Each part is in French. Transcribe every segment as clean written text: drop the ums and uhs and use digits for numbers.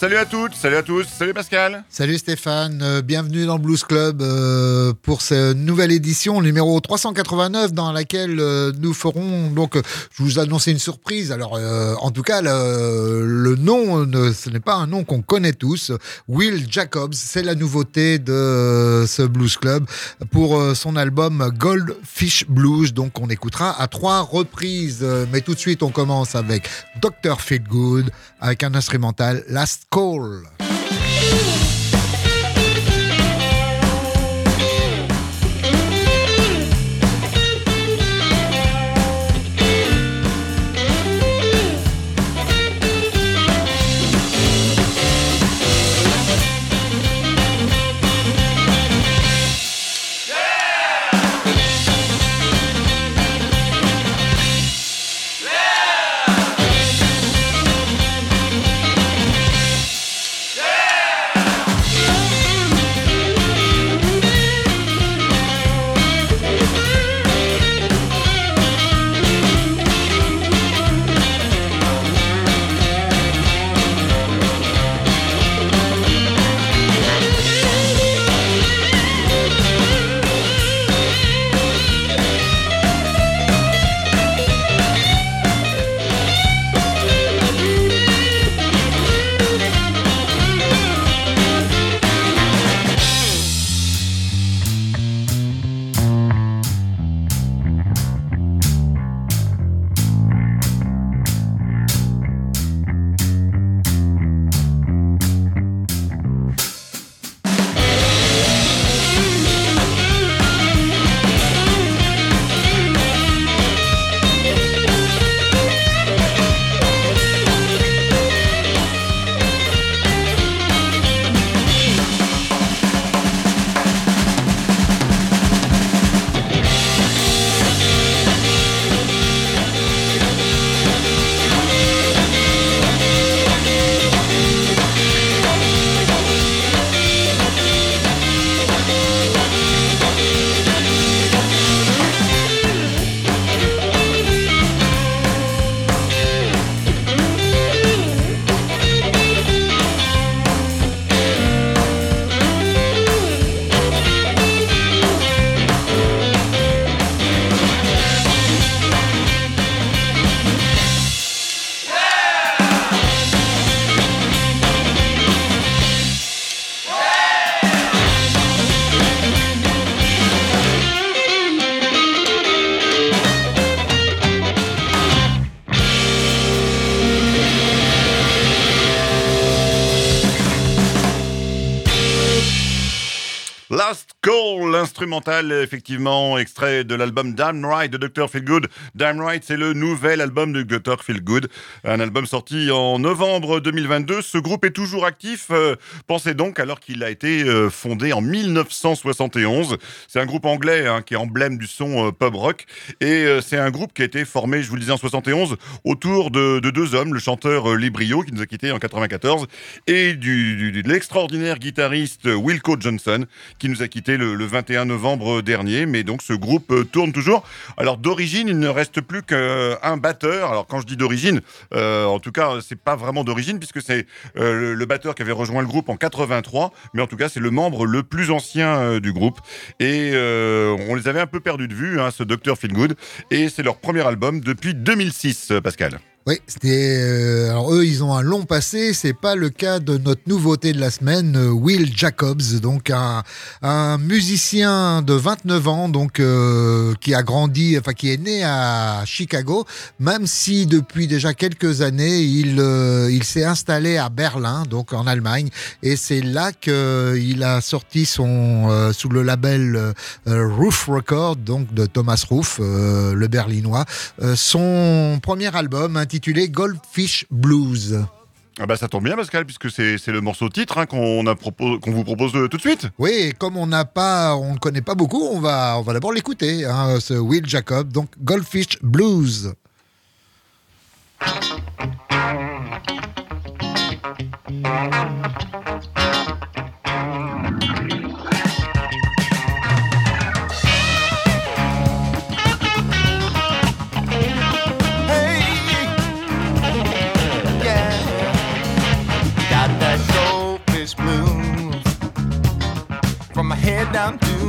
Salut à toutes, salut à tous, salut Pascal. Salut Stéphane, bienvenue dans le Blues Club pour cette nouvelle édition numéro 389 dans laquelle nous ferons, donc je vous annonçais une surprise. Alors en tout cas le nom, ce n'est pas un nom qu'on connaît tous. Will Jacobs, c'est la nouveauté de ce Blues Club pour son album Goldfish Blues. Donc on écoutera à 3 reprises, mais tout de suite on commence avec Dr. Feelgood avec un instrumental Last Call. Last Call, l'instrumental, effectivement, extrait de l'album Damn Right de Dr. Feelgood. Damn Right, c'est le nouvel album de Dr. Feelgood, un album sorti en novembre 2022. Ce groupe est toujours actif, pensez donc, alors qu'il a été fondé en 1971. C'est un groupe anglais qui est emblème du son pub rock, et c'est un groupe qui a été formé, je vous le disais, en 71, autour de 2 hommes, le chanteur Lee Brio, qui nous a quittés en 94, et de l'extraordinaire guitariste Wilco Johnson, qui nous a quittés le 21 novembre dernier. Mais donc ce groupe tourne toujours. Alors d'origine, il ne reste plus qu'un batteur. Alors quand je dis d'origine, en tout cas c'est pas vraiment d'origine, puisque c'est le batteur qui avait rejoint le groupe en 83, mais en tout cas c'est le membre le plus ancien du groupe, et on les avait un peu perdus de vue, ce Dr. Feelgood, et c'est leur premier album depuis 2006, Pascal. Oui, c'était. Alors eux, ils ont un long passé. C'est pas le cas de notre nouveauté de la semaine, Will Jacobs, donc un musicien de 29 ans, donc qui a grandi, enfin qui est né à Chicago, même si depuis déjà quelques années il s'est installé à Berlin, donc en Allemagne, et c'est là qu'il a sorti son sous le label Roof Record, donc de Thomas Roof, le berlinois, son premier album intitulé Goldfish Blues. Ah bah ça tombe bien, Pascal, puisque c'est le morceau titre qu'on vous propose tout de suite. Oui, et comme on ne connaît pas beaucoup, on va d'abord l'écouter, ce Will Jacobs, donc Goldfish Blues.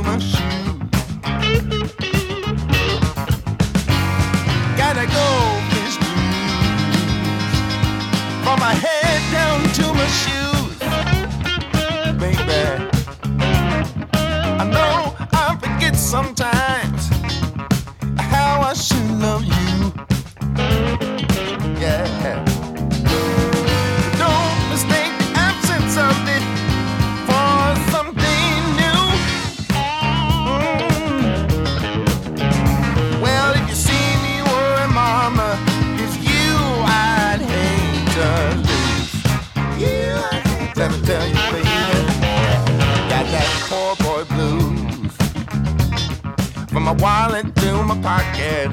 my shoes. Gotta go fish blues from my head down to my shoes, baby. I know I forget sometimes how I should love you. Yeah. Don't mistake the absence of it for something new. Well, if you see me worry, mama, it's you I'd hate to lose. You I'd hate to tell you, baby. Got that poor boy blues from my wallet to my pocket.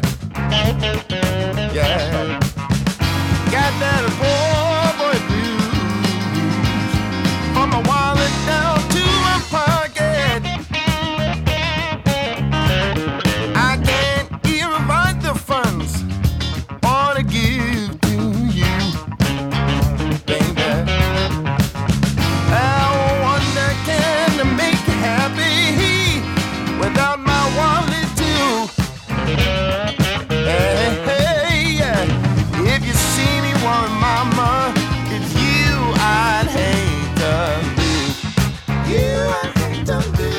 Yeah. Got that poor boy blues from my wallet down to my pocket. I can't even find the funds or to give to you, baby. I wonder can I make you happy without my wallet too? Hey, hey, yeah. If you see me worry, mama, it's you I'd hate to lose. You I'd hate to lose.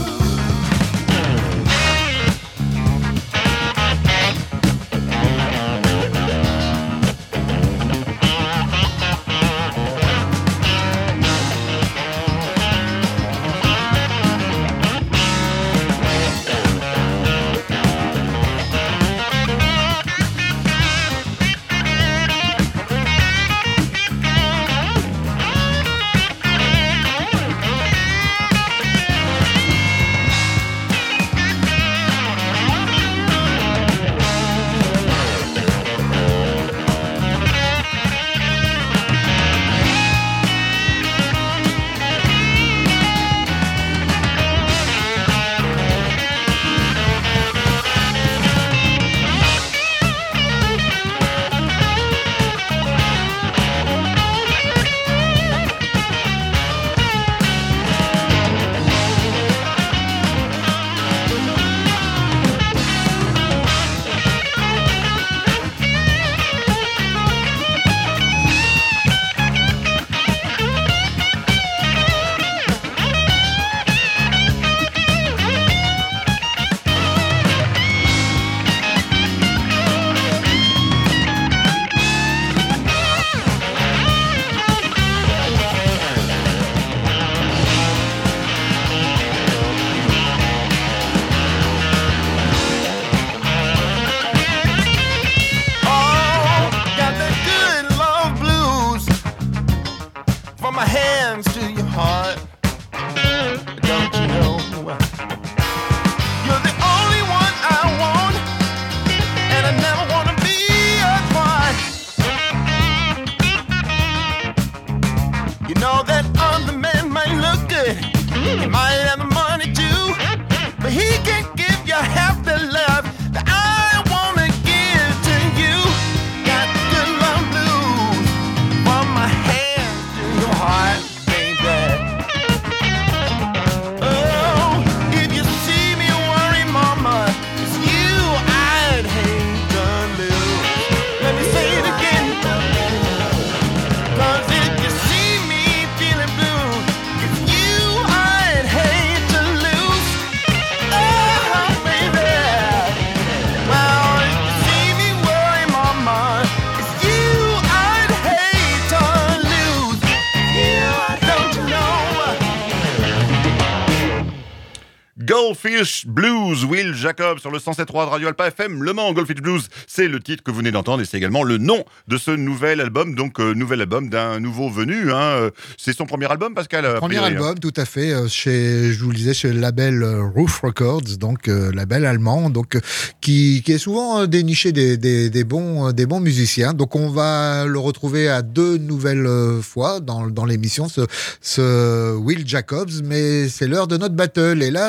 Goldfish Blues, Will Jacobs sur le 107.3 de Radio Alpa FM Le Mans. Goldfish Blues, c'est le titre que vous venez d'entendre et c'est également le nom de ce nouvel album, donc nouvel album d'un nouveau venu. C'est son premier album, Pascal. Premier album, tout à fait. Je vous le disais, chez le label Roof Records, donc label allemand, donc qui est souvent déniché des bons musiciens. Donc on va le retrouver à 2 nouvelles fois dans l'émission, ce Will Jacobs. Mais c'est l'heure de notre battle. Et là, Stéphane,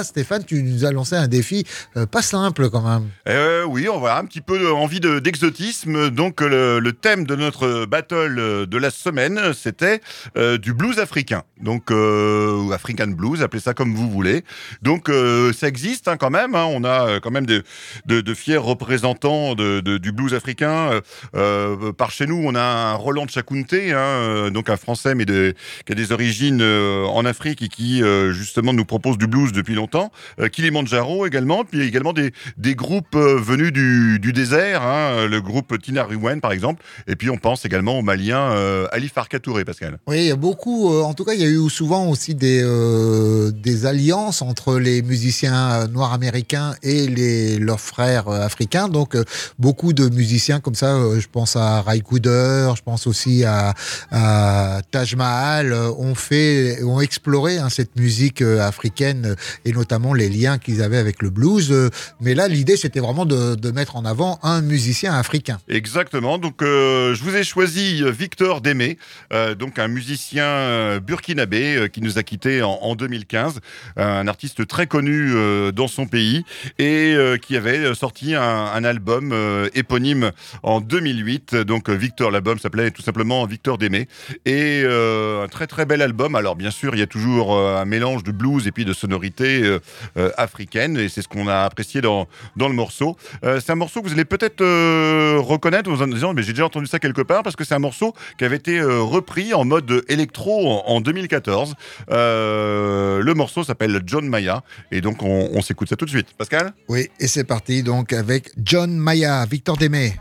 tu nous as lancé un défi pas simple quand même. Oui, on va un petit peu envie d'exotisme. Donc le thème de notre battle de la semaine, c'était du blues africain. Donc ou African blues, appelez ça comme vous voulez. Donc ça existe quand même. On a quand même de fiers représentants du blues africain. Par chez nous, on a un Roland Chakounte, donc un Français mais qui a des origines en Afrique et qui justement nous propose du blues depuis longtemps. Kilimanjaro également, puis également des groupes venus du désert, le groupe Tina Ruwen par exemple, et puis on pense également au Malien Ali Farka Touré, Pascal. Oui, il y a beaucoup, en tout cas il y a eu souvent aussi des alliances entre les musiciens noirs américains et leurs frères africains, donc beaucoup de musiciens comme ça, je pense à Ray Cooder, je pense aussi à Taj Mahal, ont exploré cette musique africaine et notamment les liens qu'ils avaient avec le blues. Mais là, l'idée, c'était vraiment de mettre en avant un musicien africain. Exactement. Donc, je vous ai choisi Victor Démé, donc un musicien burkinabé qui nous a quittés en 2015, un artiste très connu dans son pays et qui avait sorti un album éponyme en 2008. Donc, Victor, l'album s'appelait tout simplement Victor Démé et un très très bel album. Alors, bien sûr, il y a toujours un mélange de blues et puis de sonorités africaines et c'est ce qu'on a apprécié dans le morceau. C'est un morceau que vous allez peut-être reconnaître en disant mais j'ai déjà entendu ça quelque part parce que c'est un morceau qui avait été repris en mode électro en 2014. Le morceau s'appelle John Maya et donc on s'écoute ça tout de suite. Pascal ? Oui, et c'est parti donc avec John Maya, Victor Démé.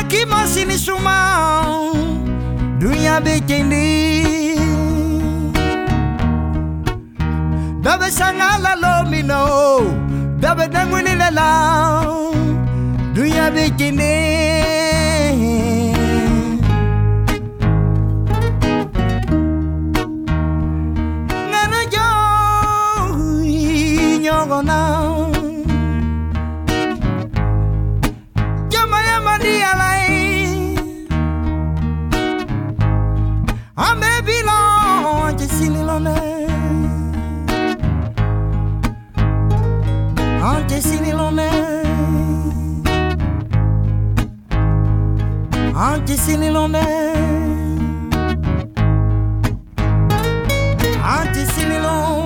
Masini suma dunya bekendi dabe sangala lomino dabe dangwini la dunya bekendi ngana jo nyogona jamaya mandi alai Ame bilon jesini lone jesini lone jesini lone jesini lone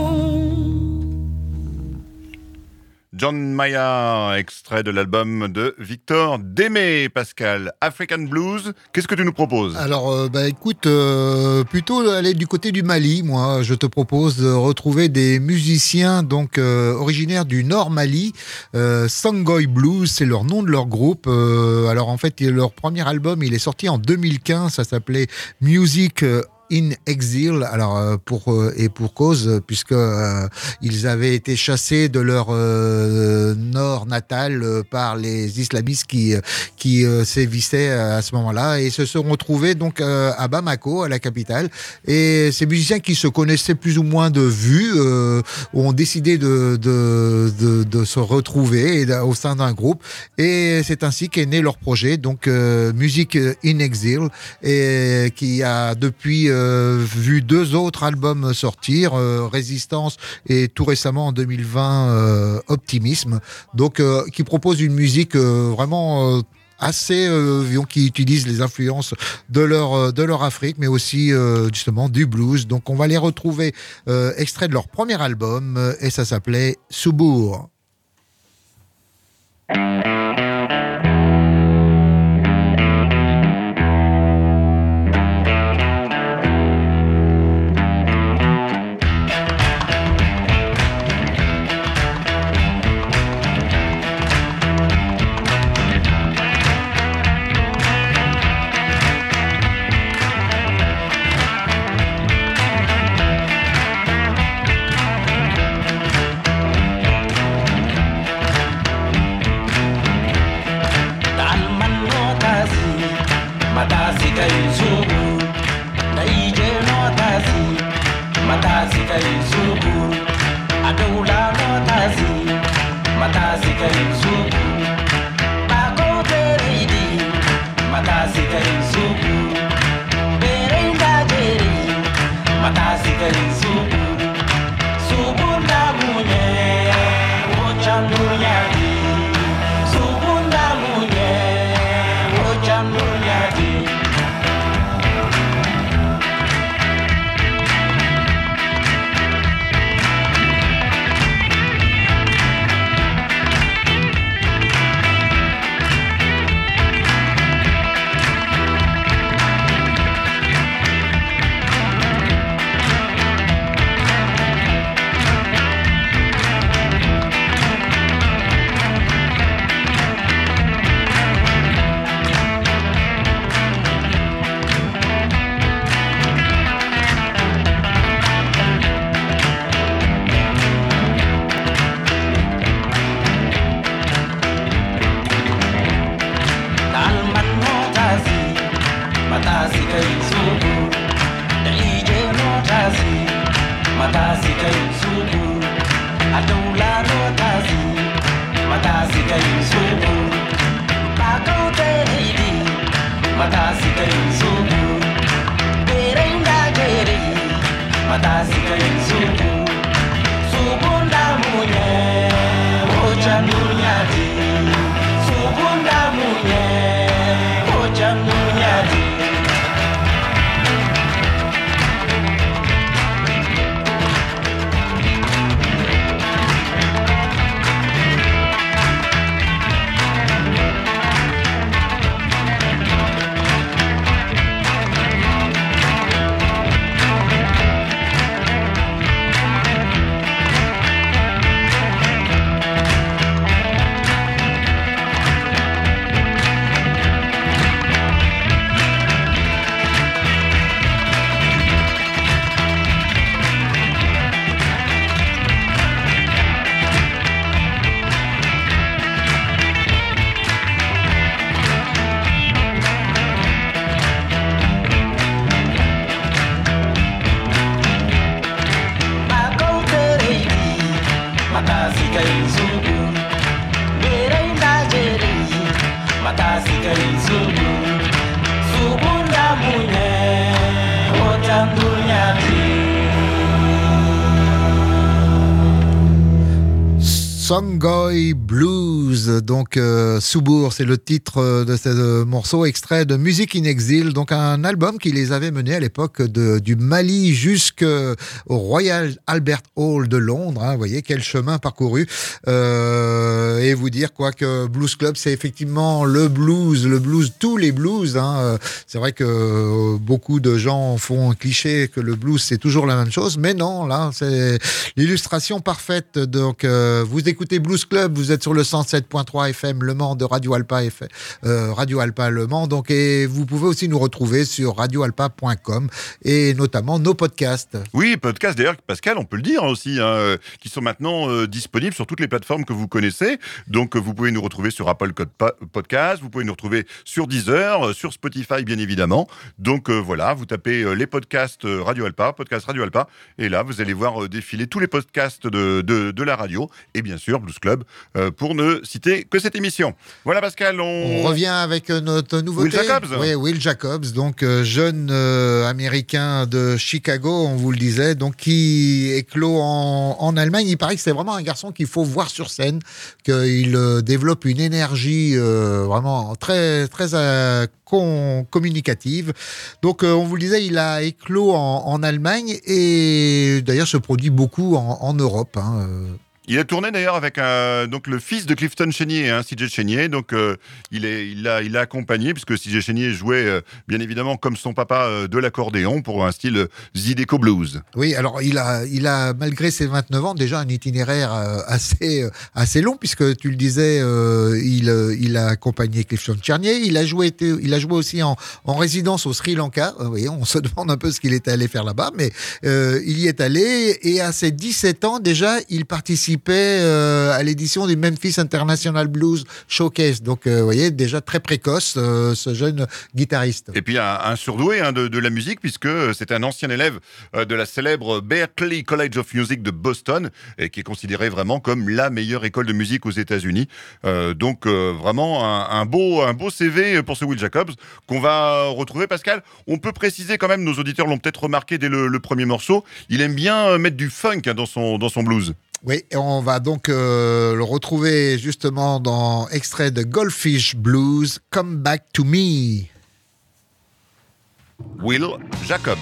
John Mayer, extrait de l'album de Victor Démé. Pascal, African Blues, qu'est-ce que tu nous proposes? Alors, écoute, plutôt aller du côté du Mali. Moi, je te propose de retrouver des musiciens donc originaires du Nord Mali. Sangoy Blues, c'est leur nom de leur groupe. Alors, en fait, leur premier album, il est sorti en 2015. Ça s'appelait Music in Exile, alors pour cause, puisque ils avaient été chassés de leur nord natal par les islamistes qui sévissaient à ce moment-là et se sont retrouvés donc à Bamako, à la capitale. Et ces musiciens qui se connaissaient plus ou moins de vue ont décidé de se retrouver au sein d'un groupe. Et c'est ainsi qu'est né leur projet, donc Music in Exile, et qui a depuis vu 2 autres albums sortir, Résistance et tout récemment en 2020 Optimisme, donc qui propose une musique vraiment assez qui utilisent les influences de leur Afrique, mais aussi justement du blues. Donc on va les retrouver extrait de leur premier album et ça s'appelait Soubour. izubu Mirei Najeri Matasika izubu Subunda munye Otandunyati Songhai Blues, donc Soubour, c'est le titre de ce morceau extrait de Musique in Exil, donc un album qui les avait menés à l'époque du Mali jusqu'au Royal Albert Hall de Londres, hein, vous voyez quel chemin parcouru, et vous dire quoi que Blues Club c'est effectivement le blues, tous les blues, hein, c'est vrai que beaucoup de gens font un cliché que le blues c'est toujours la même chose, mais non, là c'est l'illustration parfaite, donc vous écoutez Blues Club, vous êtes sur le 107.3 FM Le Mans de Radio Alpa Radio Alpa Le Mans, donc, et vous pouvez aussi nous retrouver sur radioalpa.com et notamment nos podcasts. Oui, podcasts d'ailleurs, Pascal, on peut le dire aussi, hein, qui sont maintenant disponibles sur toutes les plateformes que vous connaissez. Donc vous pouvez nous retrouver sur Apple Podcast, vous pouvez nous retrouver sur Deezer, sur Spotify bien évidemment. Donc voilà, vous tapez les podcasts Radio Alpa, podcast Radio Alpa, et là vous allez voir défiler tous les podcasts de la radio, et bien sûr Blues Club, pour ne citer que cette émission. Voilà Pascal, on revient avec notre nouveauté. Will Jacobs. Oui, Will Jacobs, donc jeune américain de Chicago, on vous le disait, donc qui éclot en Allemagne. Il paraît que c'est vraiment un garçon qu'il faut voir sur scène, qu'il développe une énergie vraiment très très communicative. Donc on vous le disait, il a éclos en Allemagne et d'ailleurs se produit beaucoup en Europe. Hein. Il a tourné d'ailleurs avec donc le fils de Clifton Chenier, hein, CJ Chenier. Donc il l'a accompagné puisque CJ Chenier jouait bien évidemment comme son papa de l'accordéon pour un style Zydeco Blues. Oui, alors il a malgré ses 29 ans déjà un itinéraire assez long puisque tu le disais, il a accompagné Clifton Chenier. Il a joué aussi en résidence au Sri Lanka. Vous voyez, on se demande un peu ce qu'il était allé faire là-bas, mais il y est allé et à ses 17 ans déjà, il participait à l'édition du Memphis International Blues Showcase. Donc, vous voyez, déjà très précoce, ce jeune guitariste. Et puis, un surdoué de la musique, puisque c'est un ancien élève de la célèbre Berklee College of Music de Boston, et qui est considéré vraiment comme la meilleure école de musique aux États-Unis. Donc, vraiment, un beau CV pour ce Will Jacobs, qu'on va retrouver, Pascal. On peut préciser quand même, nos auditeurs l'ont peut-être remarqué dès le premier morceau, il aime bien mettre du funk dans son blues. Oui, et on va donc le retrouver justement dans extrait de Goldfish Blues, Come Back to Me. Will Jacobs.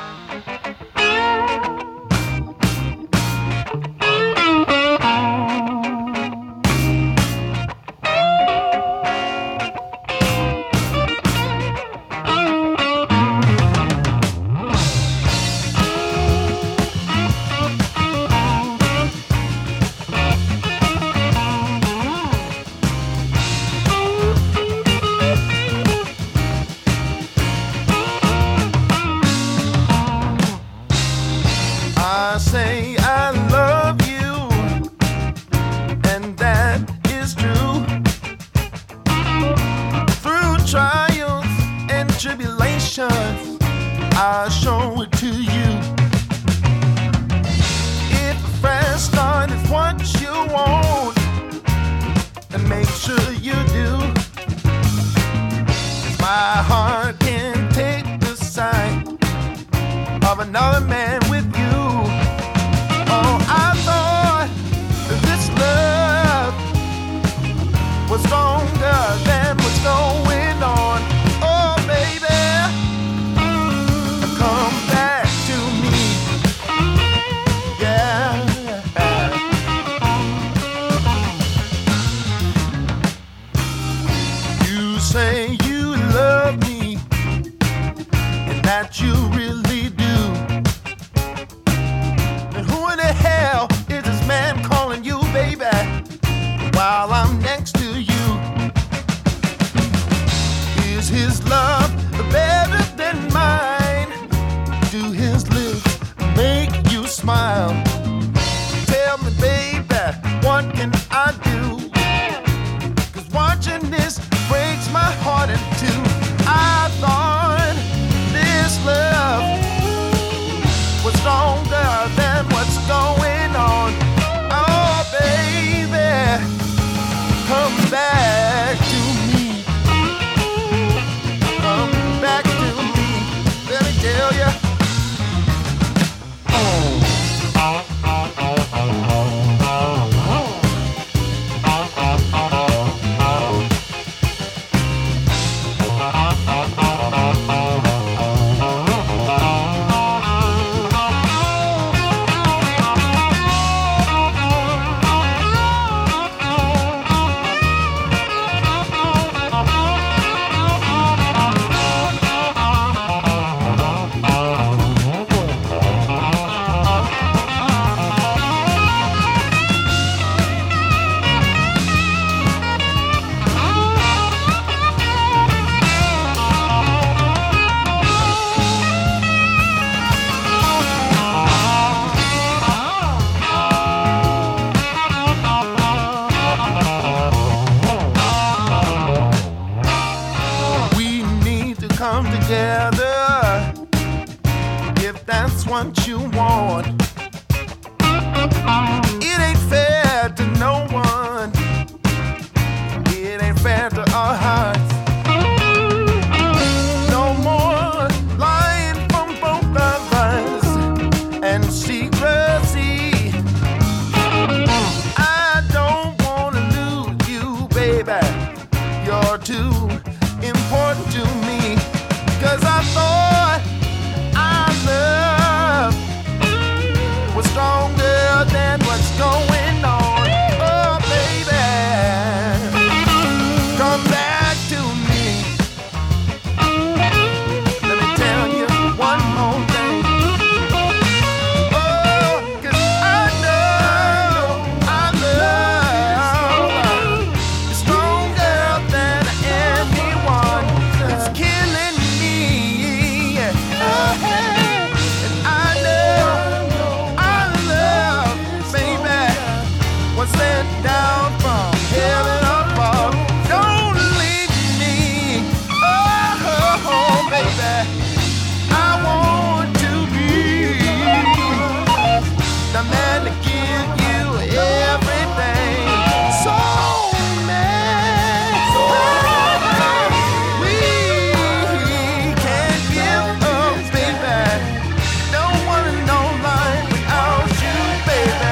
I'll show it to you. If a fresh start is what you want, then make sure you do. My heart can't take the sight of another man with you. Oh, I thought this love was stronger than what's going on. Oh, baby, come back to me. Yeah. You say you love me, and that you really do. what you want. It ain't fair to no one. It ain't fair to our hearts. No more lying from both of us and secrecy. I don't wanna lose you, baby. You're too important to me. 'Cause I thought our love was stronger than what's going on. Oh, baby, come back to me. Let me tell you one more thing. Oh, 'cause I know our love is stronger than anyone. It's killing me. And I know our love, baby, was sent down from heaven above. Don't leave me. Oh, baby, I want to be the man to give you everything. So mad, we can't give up, baby. Don't wanna know life without you, baby.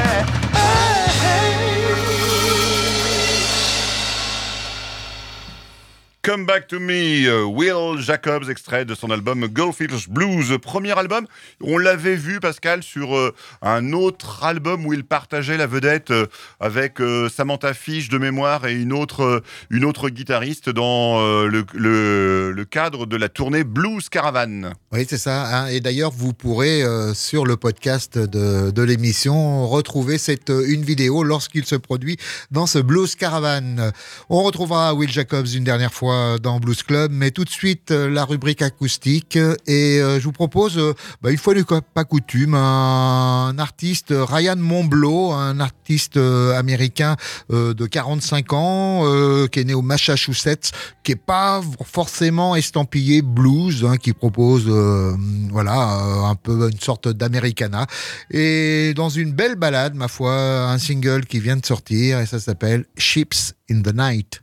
Come Back to Me, Will Jacobs, extrait de son album Goldfish Blues. Premier album, on l'avait vu, Pascal, sur un autre album où il partageait la vedette avec Samantha Fish de mémoire et une autre guitariste dans le cadre de la tournée Blues Caravan. Oui, c'est ça. Hein. Et d'ailleurs, vous pourrez, sur le podcast de l'émission, retrouver une vidéo lorsqu'il se produit dans ce Blues Caravan. On retrouvera Will Jacobs une dernière fois dans Blues Club, mais tout de suite, la rubrique acoustique. Et je vous propose, une fois n'est pas coutume, un artiste, Ryan Momblo, un artiste américain de 45 ans, qui est né au Massachusetts, qui n'est pas forcément estampillé blues, hein, qui propose un peu une sorte d'Americana. Et dans une belle balade, ma foi, un single qui vient de sortir, et ça s'appelle Ships in the Night.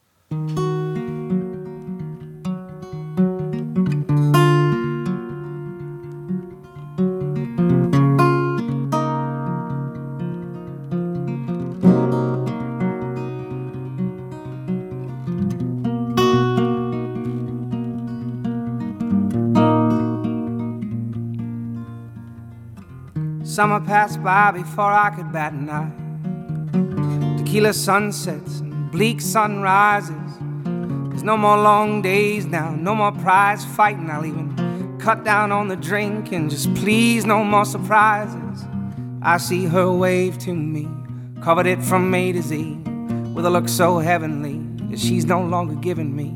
Summer passed by before I could bat an eye. Tequila sunsets and bleak sunrises. There's no more long days now, no more prize fighting. I'll even cut down on the drink and just please no more surprises. I see her wave to me, covered it from A to Z, with a look so heavenly that she's no longer giving me.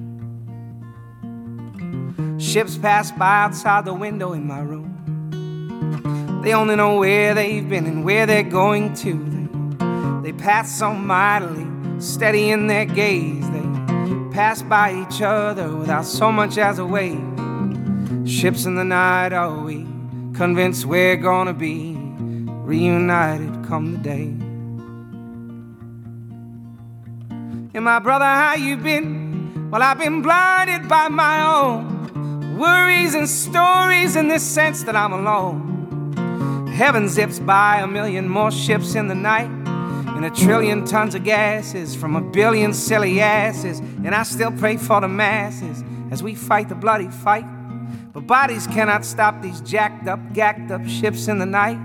Ships pass by outside the window in my room. They only know where they've been and where they're going to. They pass so mightily, steady in their gaze. They pass by each other without so much as a wave. Ships in the night, are we convinced we're gonna be reunited come the day? And my brother, how you been? Well, I've been blinded by my own worries and stories in this sense that I'm alone. Heaven zips by a million more ships in the night, and a trillion tons of gases from a billion silly asses. And I still pray for the masses as we fight the bloody fight. But bodies cannot stop these jacked up, gacked up ships in the night.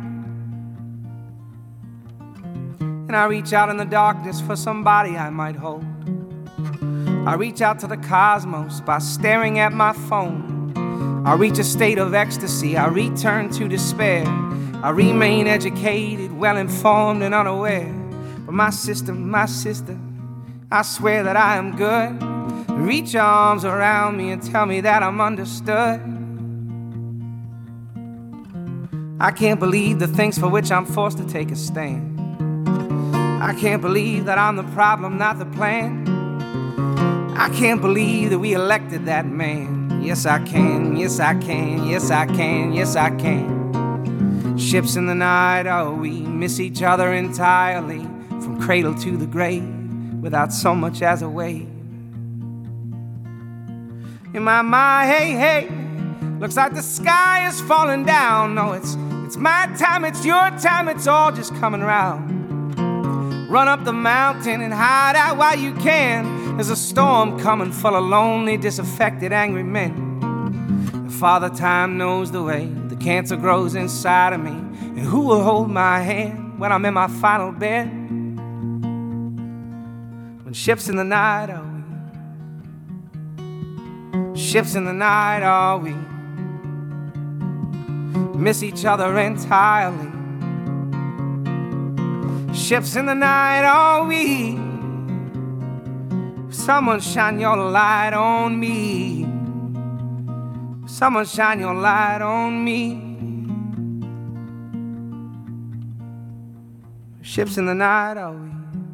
And I reach out in the darkness for somebody I might hold. I reach out to the cosmos by staring at my phone. I reach a state of ecstasy, I return to despair. I remain educated, well-informed and unaware. But my sister, I swear that I am good. Reach your arms around me and tell me that I'm understood. I can't believe the things for which I'm forced to take a stand. I can't believe that I'm the problem, not the plan. I can't believe that we elected that man. Yes, I can, yes, I can, yes, I can, yes, I can. Ships in the night, oh, we miss each other entirely, from cradle to the grave, without so much as a wave. In my mind, hey, hey, looks like the sky is falling down. No, it's my time, it's your time, it's all just coming round. Run up the mountain and hide out while you can. There's a storm coming full of lonely, disaffected, angry men. Father Time knows the way, the cancer grows inside of me. And who will hold my hand when I'm in my final bed? When ships in the night are we, ships in the night are we, miss each other entirely. Ships in the night are we, someone shine your light on me. Someone shine your light on me. Ships in the night are we.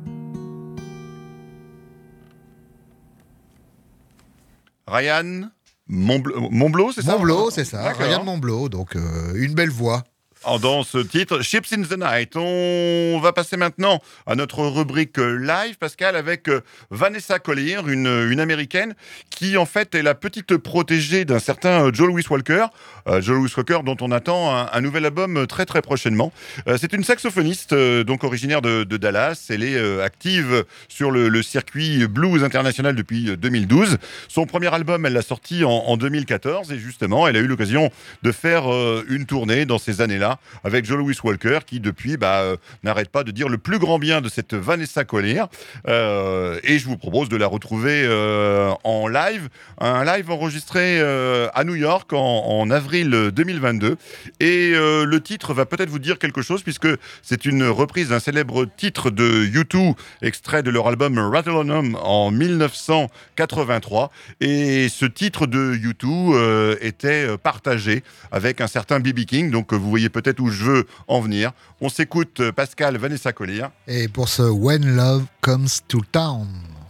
Ryan Momblo, c'est ça? Momblo, c'est ça. D'accord. Ryan Momblo, donc une belle voix. Dans ce titre, Ships in the Night. On va passer maintenant à notre rubrique live, Pascal, avec Vanessa Collier, une américaine qui en fait est la petite protégée d'un certain Joe Louis Walker. Joe Louis Walker dont on attend un nouvel album très très prochainement. C'est une saxophoniste donc originaire de Dallas. Elle est active sur le circuit blues international depuis 2012. Son premier album, elle l'a sorti en 2014 et justement, elle a eu l'occasion de faire une tournée dans ces années-là avec Joe Louis Walker qui depuis n'arrête pas de dire le plus grand bien de cette Vanessa Collier et je vous propose de la retrouver en live, un live enregistré à New York en avril 2022 et le titre va peut-être vous dire quelque chose puisque c'est une reprise d'un célèbre titre de U2 extrait de leur album Rattle on Home en 1983 et ce titre de U2 était partagé avec un certain B.B. King, donc vous voyez peut-être où je veux en venir. On s'écoute Pascal, Vanessa Collier. Et pour ce When Love Comes to Town.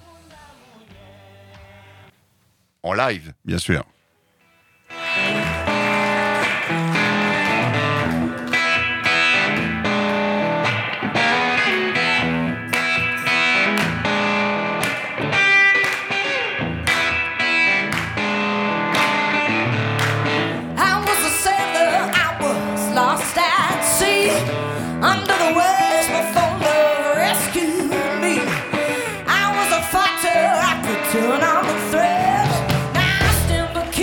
En live, bien sûr. Under the waves before love rescued me. I was a fighter, I could turn on the thread. Now I stand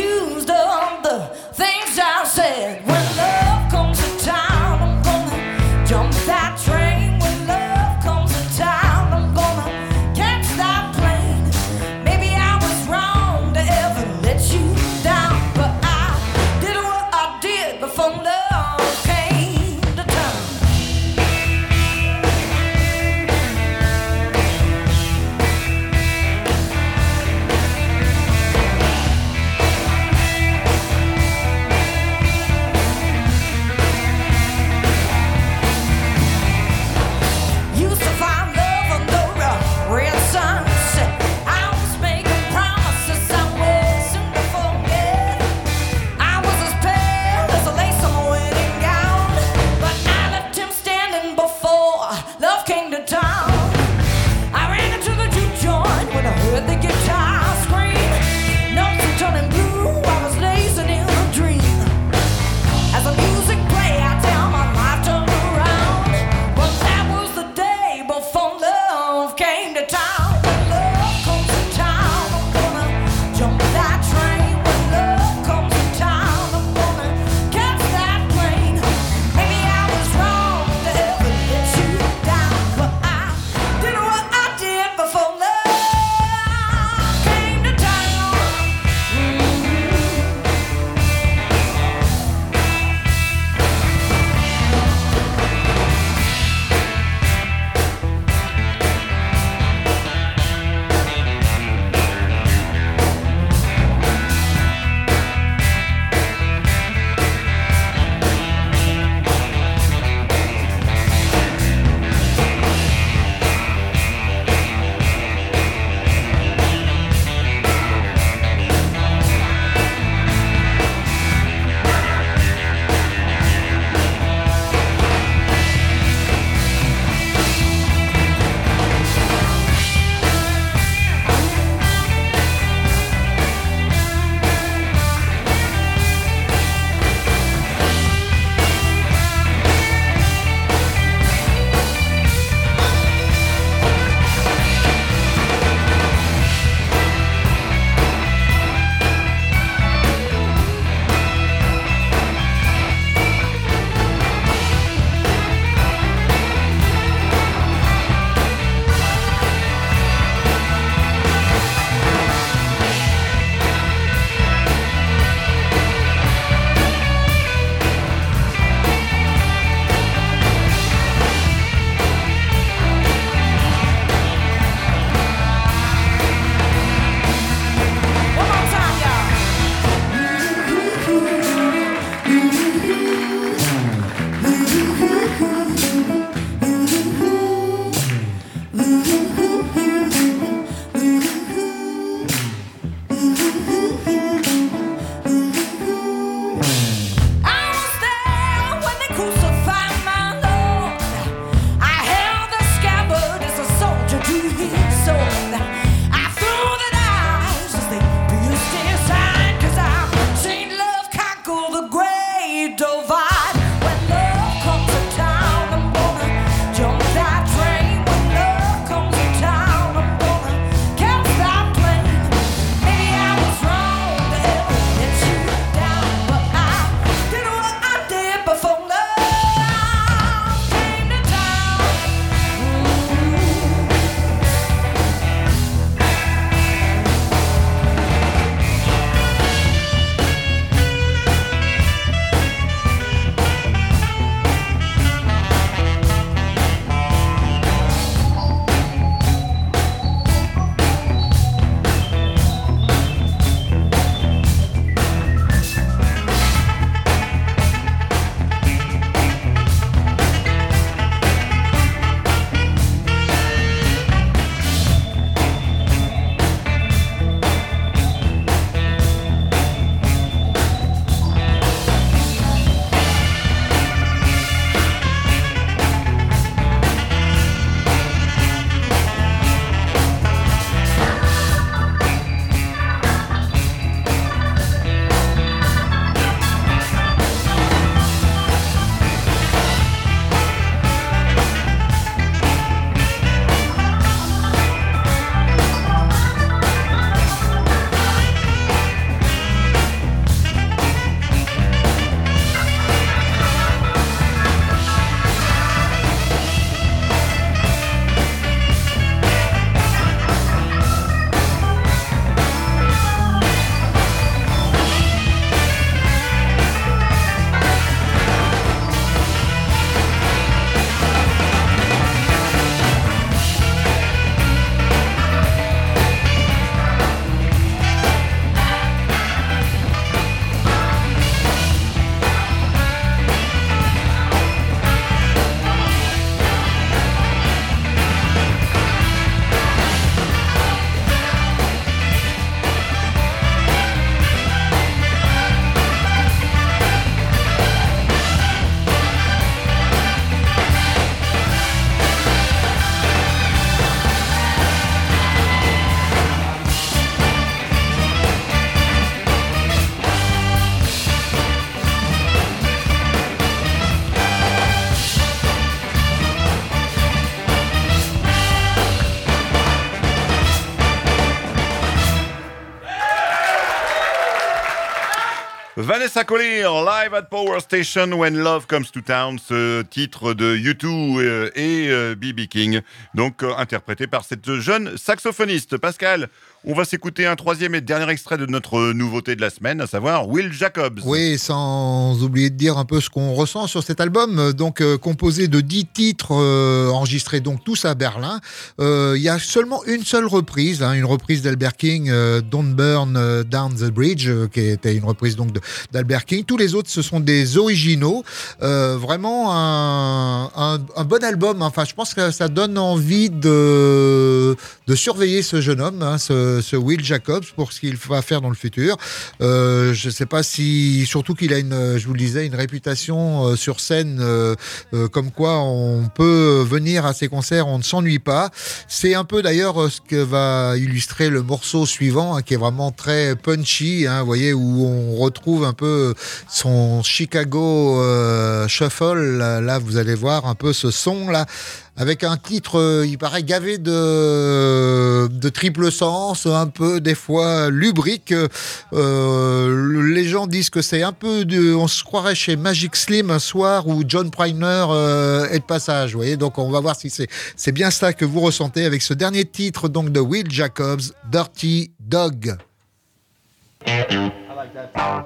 Vanessa Collier, Live at Power Station When Love Comes to Town, ce titre de U2 et B.B. King, donc interprété par cette jeune saxophoniste. Pascal, on va s'écouter un troisième et dernier extrait de notre nouveauté de la semaine, à savoir Will Jacobs. Oui, sans oublier de dire un peu ce qu'on ressent sur cet album, donc composé de 10 titres enregistrés donc tous à Berlin. Il y a seulement une seule reprise, une reprise d'Albert King, Don't Burn Down the Bridge, qui était une reprise donc d'Albert King. Tous les autres, ce sont des originaux. Vraiment un bon album. Enfin, je pense que ça donne envie de surveiller ce jeune homme, ce Will Jacobs, pour ce qu'il va faire dans le futur. Je ne sais pas si, surtout qu'il a je vous le disais, une réputation sur scène, comme quoi on peut venir à ses concerts, on ne s'ennuie pas. C'est un peu d'ailleurs ce que va illustrer le morceau suivant, qui est vraiment très punchy, vous voyez, où on retrouve un peu son Chicago Shuffle. Là, vous allez voir un peu ce son là, avec un titre, il paraît gavé de triple sens, un peu des fois lubrique. Les gens disent que c'est un peu on se croirait chez Magic Slim un soir où John Priner est de passage. Vous voyez, donc on va voir si c'est bien ça que vous ressentez avec ce dernier titre donc de Will Jacobs, Dirty Dog. I like that.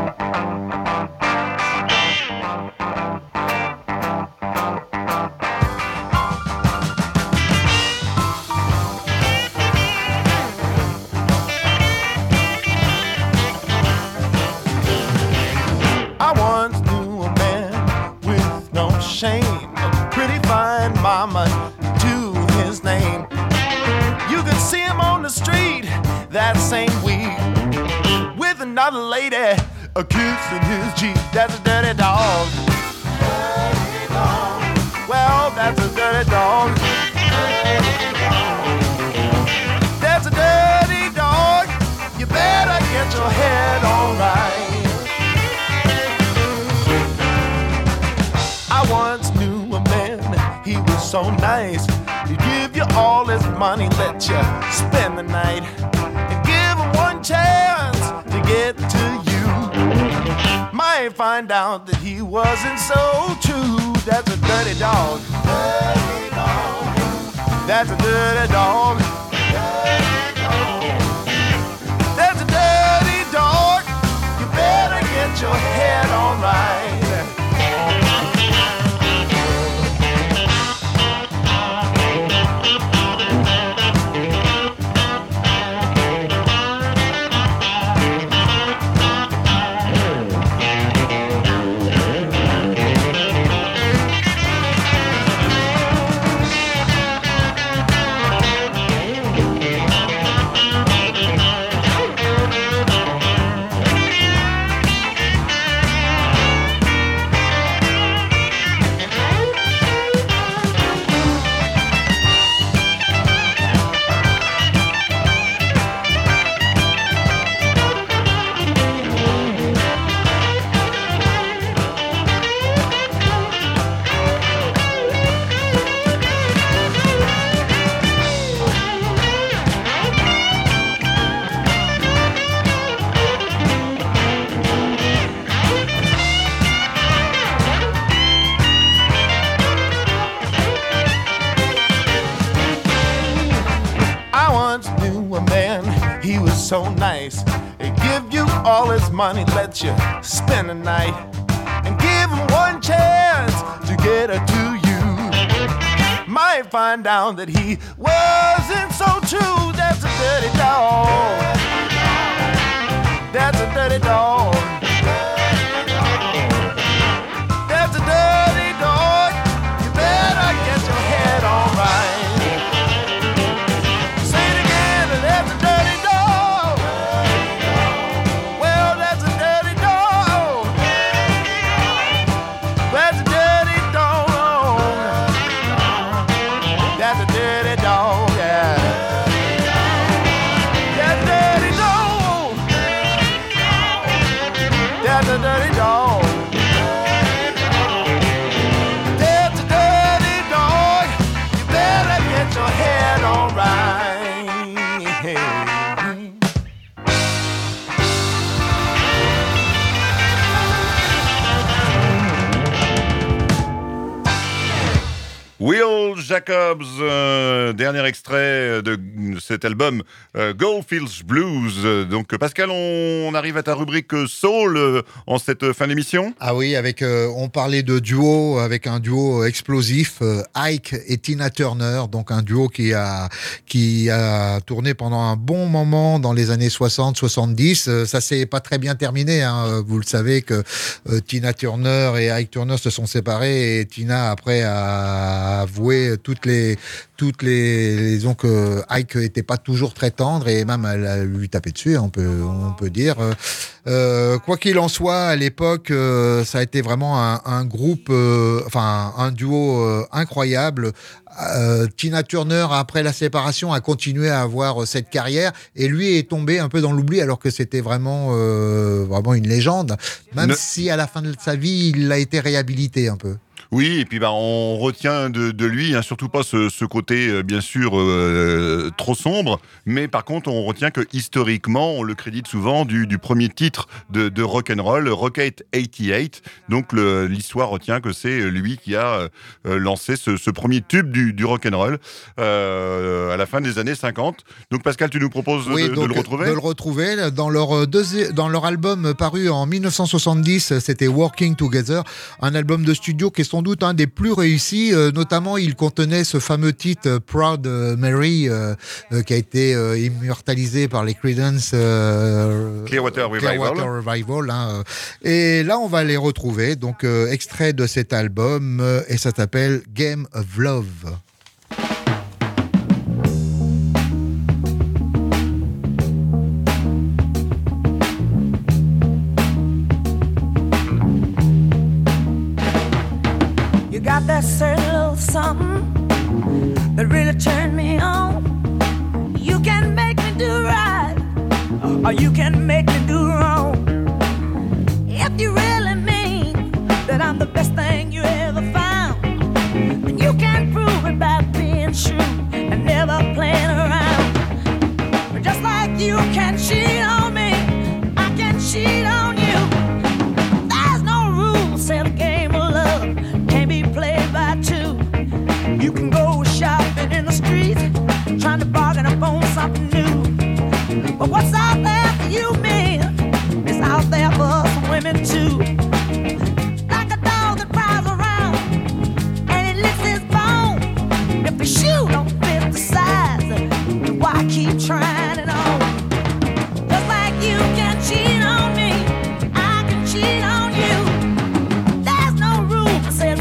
Shame, a pretty fine mama to his name. You could see him on the street that same week with another lady, a kiss in his Jeep. That's a dirty dog. Dirty dog. Well, that's a dirty dog. Dirty dog. That's a dirty dog. You better get your head on right. I once knew a man, he was so nice. He'd give you all his money, let you spend the night, and give him one chance to get to you. Might find out that he wasn't so true. That's a dirty dog. Dirty dog. That's a dirty dog. Dirty dog. That's a dirty dog. You better get your head on right. So nice, he give you all his money, let you spend the night, and give him one chance to get her to you. Might find out that he wasn't so true. That's a dirty dog. That's a dirty dog. That's a dirty dog. You better get your head on right. Will Jacobs, dernier extrait de cet album Goldfields Blues. Donc Pascal, on arrive à ta rubrique Soul en cette fin d'émission. Ah oui, avec on parlait de duo, avec un duo explosif, Ike et Tina Turner, donc un duo qui a tourné pendant un bon moment dans les années 60-70. Ça s'est pas très bien terminé, hein. Vous le savez que Tina Turner et Ike Turner se sont séparés et Tina après a avoué toutes les disons que Ike était pas toujours très tendre et même elle a lui tapé dessus, on peut dire. Quoi qu'il en soit, à l'époque, ça a été vraiment un groupe, un duo incroyable. Tina Turner, après la séparation, a continué à avoir cette carrière et lui est tombé un peu dans l'oubli alors que c'était vraiment une légende. Même si à la fin de sa vie, il a été réhabilité un peu. Oui, et puis on retient de lui, hein, surtout pas ce côté, bien sûr, trop sombre, mais par contre, on retient que historiquement, on le crédite souvent du premier titre de rock'n'roll, Rocket 88. Donc l'histoire retient que c'est lui qui a lancé ce premier tube du rock'n'roll à la fin des années 50. Donc Pascal, tu nous proposes de le retrouver ? De le retrouver dans leur album paru en 1970, c'était Working Together, un album de studio qui est sans doute un des plus réussis, notamment il contenait ce fameux titre Proud Mary qui a été immortalisé par les Creedence Clearwater Revival, hein. Et là on va les retrouver, donc extrait de cet album et ça s'appelle Game of Love. Got that certain little something that really turned me on. You can make me do right, or you can make me do wrong. If you really mean that I'm the best thing you ever found, then you can prove it by being true and never playing around. But just like you can cheat on me, I can cheat on you. There's no rules in the game of love. Played by two. You can go shopping in the street, trying to bargain up on something new. But what's out there for you men is out there for us women too. Like a dog that prowls around and it licks his bone. If the shoe don't fit the size, then why keep trying it on? Just like you can cheat on me, I can cheat on you. There's no rule that says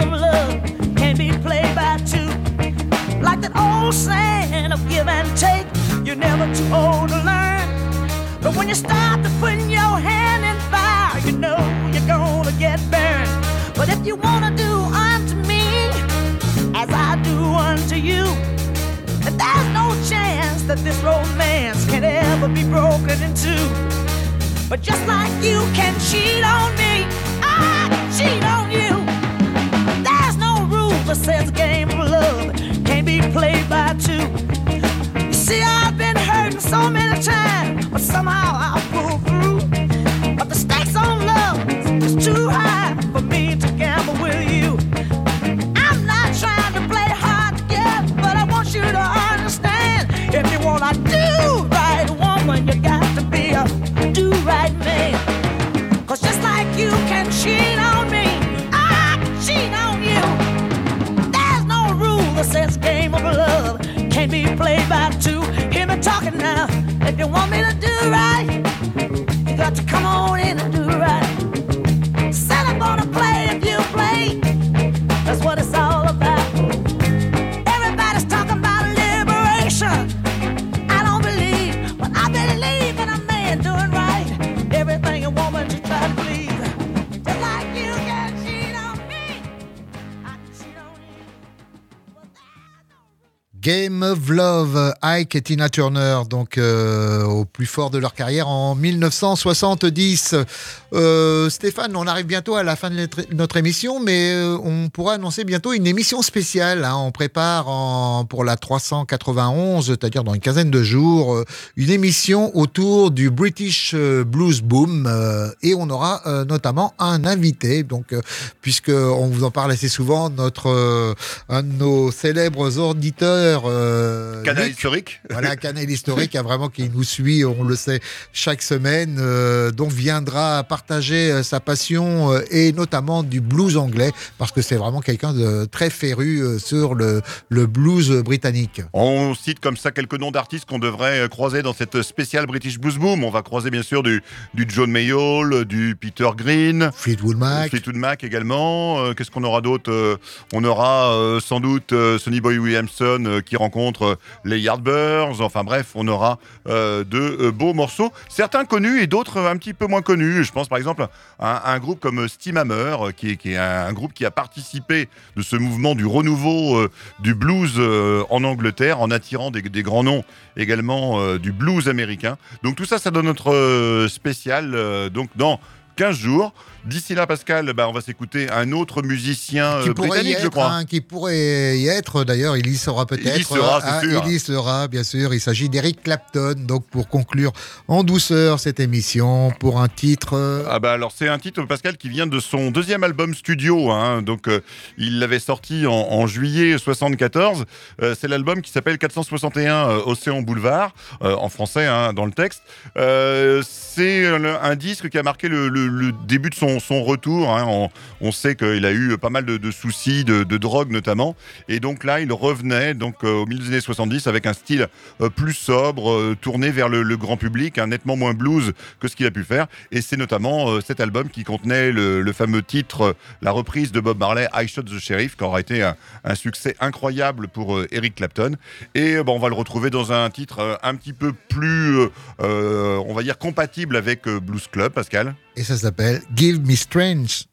like that old saying of give and take, you're never too old to learn. But when you start to put your hand in fire, you know you're gonna get burned. But if you wanna do unto me as I do unto you, then there's no chance that this romance can ever be broken in two. But just like you can cheat on me, I can cheat on you. There's no rule that says a game of love can't be played by two. You see, I've been hurting so many times, but somehow I'll pull through. But the stakes on love is too high for me to gamble with you. I'm not trying to play hard to get, but I want you to understand. If you wanna do right, woman, you got to be a do right man. 'Cause just like you can cheat on me, I can cheat on you. That says game of love can't be played by two. Hear me talking now. If you want me to do right, you got to come on in and do right. Said I'm gonna play if you play. That's what it's all about. Everybody's talking about liberation. I don't believe, but I believe in a man doing right. Everything a woman should try to please. Just like you can cheat on me, I can cheat on you. Game of Love, Ike et Tina Turner, donc au plus fort de leur carrière en 1970. Stéphane, on arrive bientôt à la fin de notre émission, mais on pourra annoncer bientôt une émission spéciale. Hein. On prépare pour la 391, c'est-à-dire dans une quinzaine de jours, une émission autour du British Blues Boom, et on aura notamment un invité. Donc, puisque on vous en parle assez souvent, un de nos célèbres auditeurs, Canal historique. Voilà, Canal historique, vraiment qui nous suit, on le sait, chaque semaine, donc viendra partager sa passion et notamment du blues anglais, parce que c'est vraiment quelqu'un de très féru sur le blues britannique. On cite comme ça quelques noms d'artistes qu'on devrait croiser dans cette spéciale British Blues Boom. On va croiser bien sûr du John Mayall, du Peter Green, Fleetwood Mac également. Qu'est-ce qu'on aura d'autre? On aura sans doute Sonny Boy Williamson qui rencontre les Yardbirds. Enfin bref, on aura de beaux morceaux, certains connus et d'autres un petit peu moins connus. Je pense par exemple à un groupe comme Steam Hammer, qui est un groupe qui a participé de ce mouvement du renouveau du blues en Angleterre, en attirant des grands noms également du blues américain. Donc tout ça, ça donne notre spécial donc dans 15 jours. D'ici là, Pascal, on va s'écouter un autre musicien britannique, je crois. Qui pourrait y être, d'ailleurs, il y sera peut-être. Il y sera, c'est sûr. Il y sera, bien sûr. Il s'agit d'Eric Clapton, donc pour conclure en douceur cette émission, pour un titre... alors c'est un titre, Pascal, qui vient de son deuxième album studio. Hein, donc il l'avait sorti en juillet 74. C'est l'album qui s'appelle 461 Océan Boulevard, en français, hein, dans le texte. C'est un disque qui a marqué le début de son retour. Hein. On sait qu'il a eu pas mal de soucis, de drogue notamment. Et donc là, il revenait donc, au milieu des années 70 avec un style plus sobre, tourné vers le grand public, hein, nettement moins blues que ce qu'il a pu faire. Et c'est notamment cet album qui contenait le fameux titre, la reprise de Bob Marley, I Shot the Sheriff, qui aura été un succès incroyable pour Eric Clapton. Et on va le retrouver dans un titre un petit peu plus, on va dire, compatible avec Blues Club, Pascal. Et ça s'appelle Give Me Strength.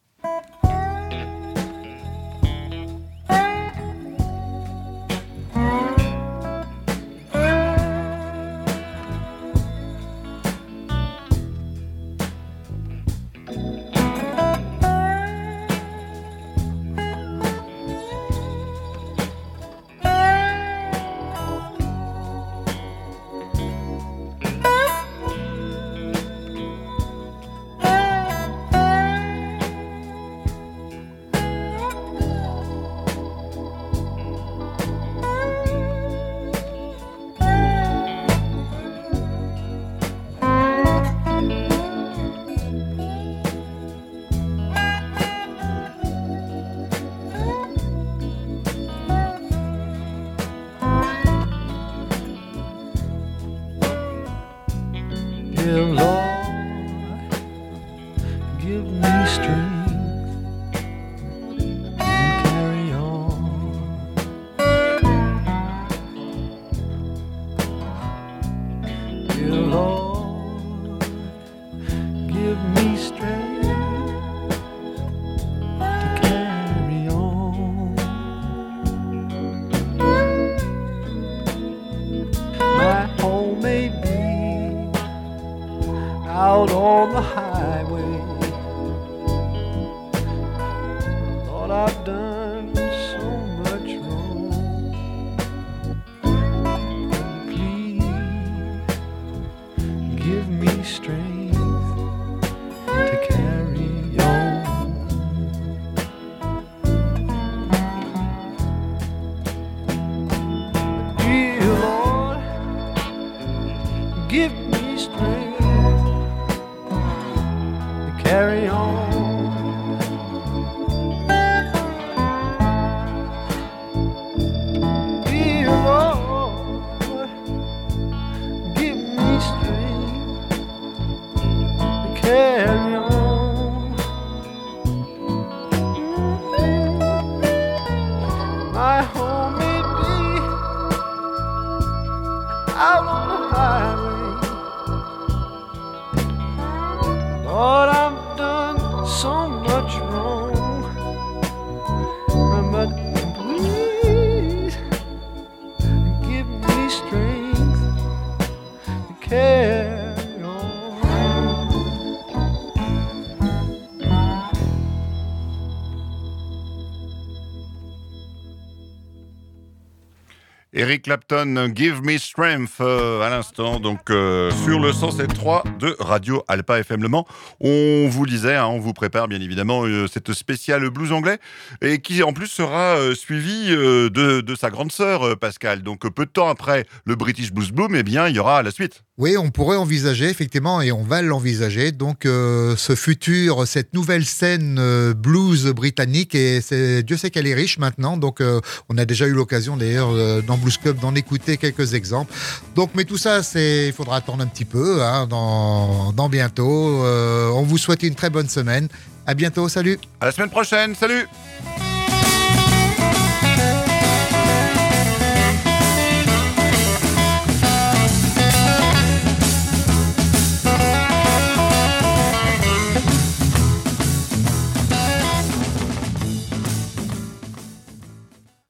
Carry on. Eric Clapton, Give Me Strength à l'instant, donc sur le 107.3 de Radio Alpa FM Le Mans. On vous disait, on vous prépare bien évidemment cette spéciale blues anglais et qui en plus sera suivie de sa grande sœur Pascal. Donc peu de temps après le British Blues Boom, eh bien il y aura la suite. Oui, on pourrait envisager effectivement, et on va l'envisager, donc ce futur, cette nouvelle scène blues britannique, et Dieu sait qu'elle est riche maintenant, donc on a déjà eu l'occasion d'ailleurs dans Blues Club d'en écouter quelques exemples. Donc, mais tout ça, il faudra attendre un petit peu, dans bientôt. On vous souhaite une très bonne semaine. À bientôt, salut. À la semaine prochaine, salut.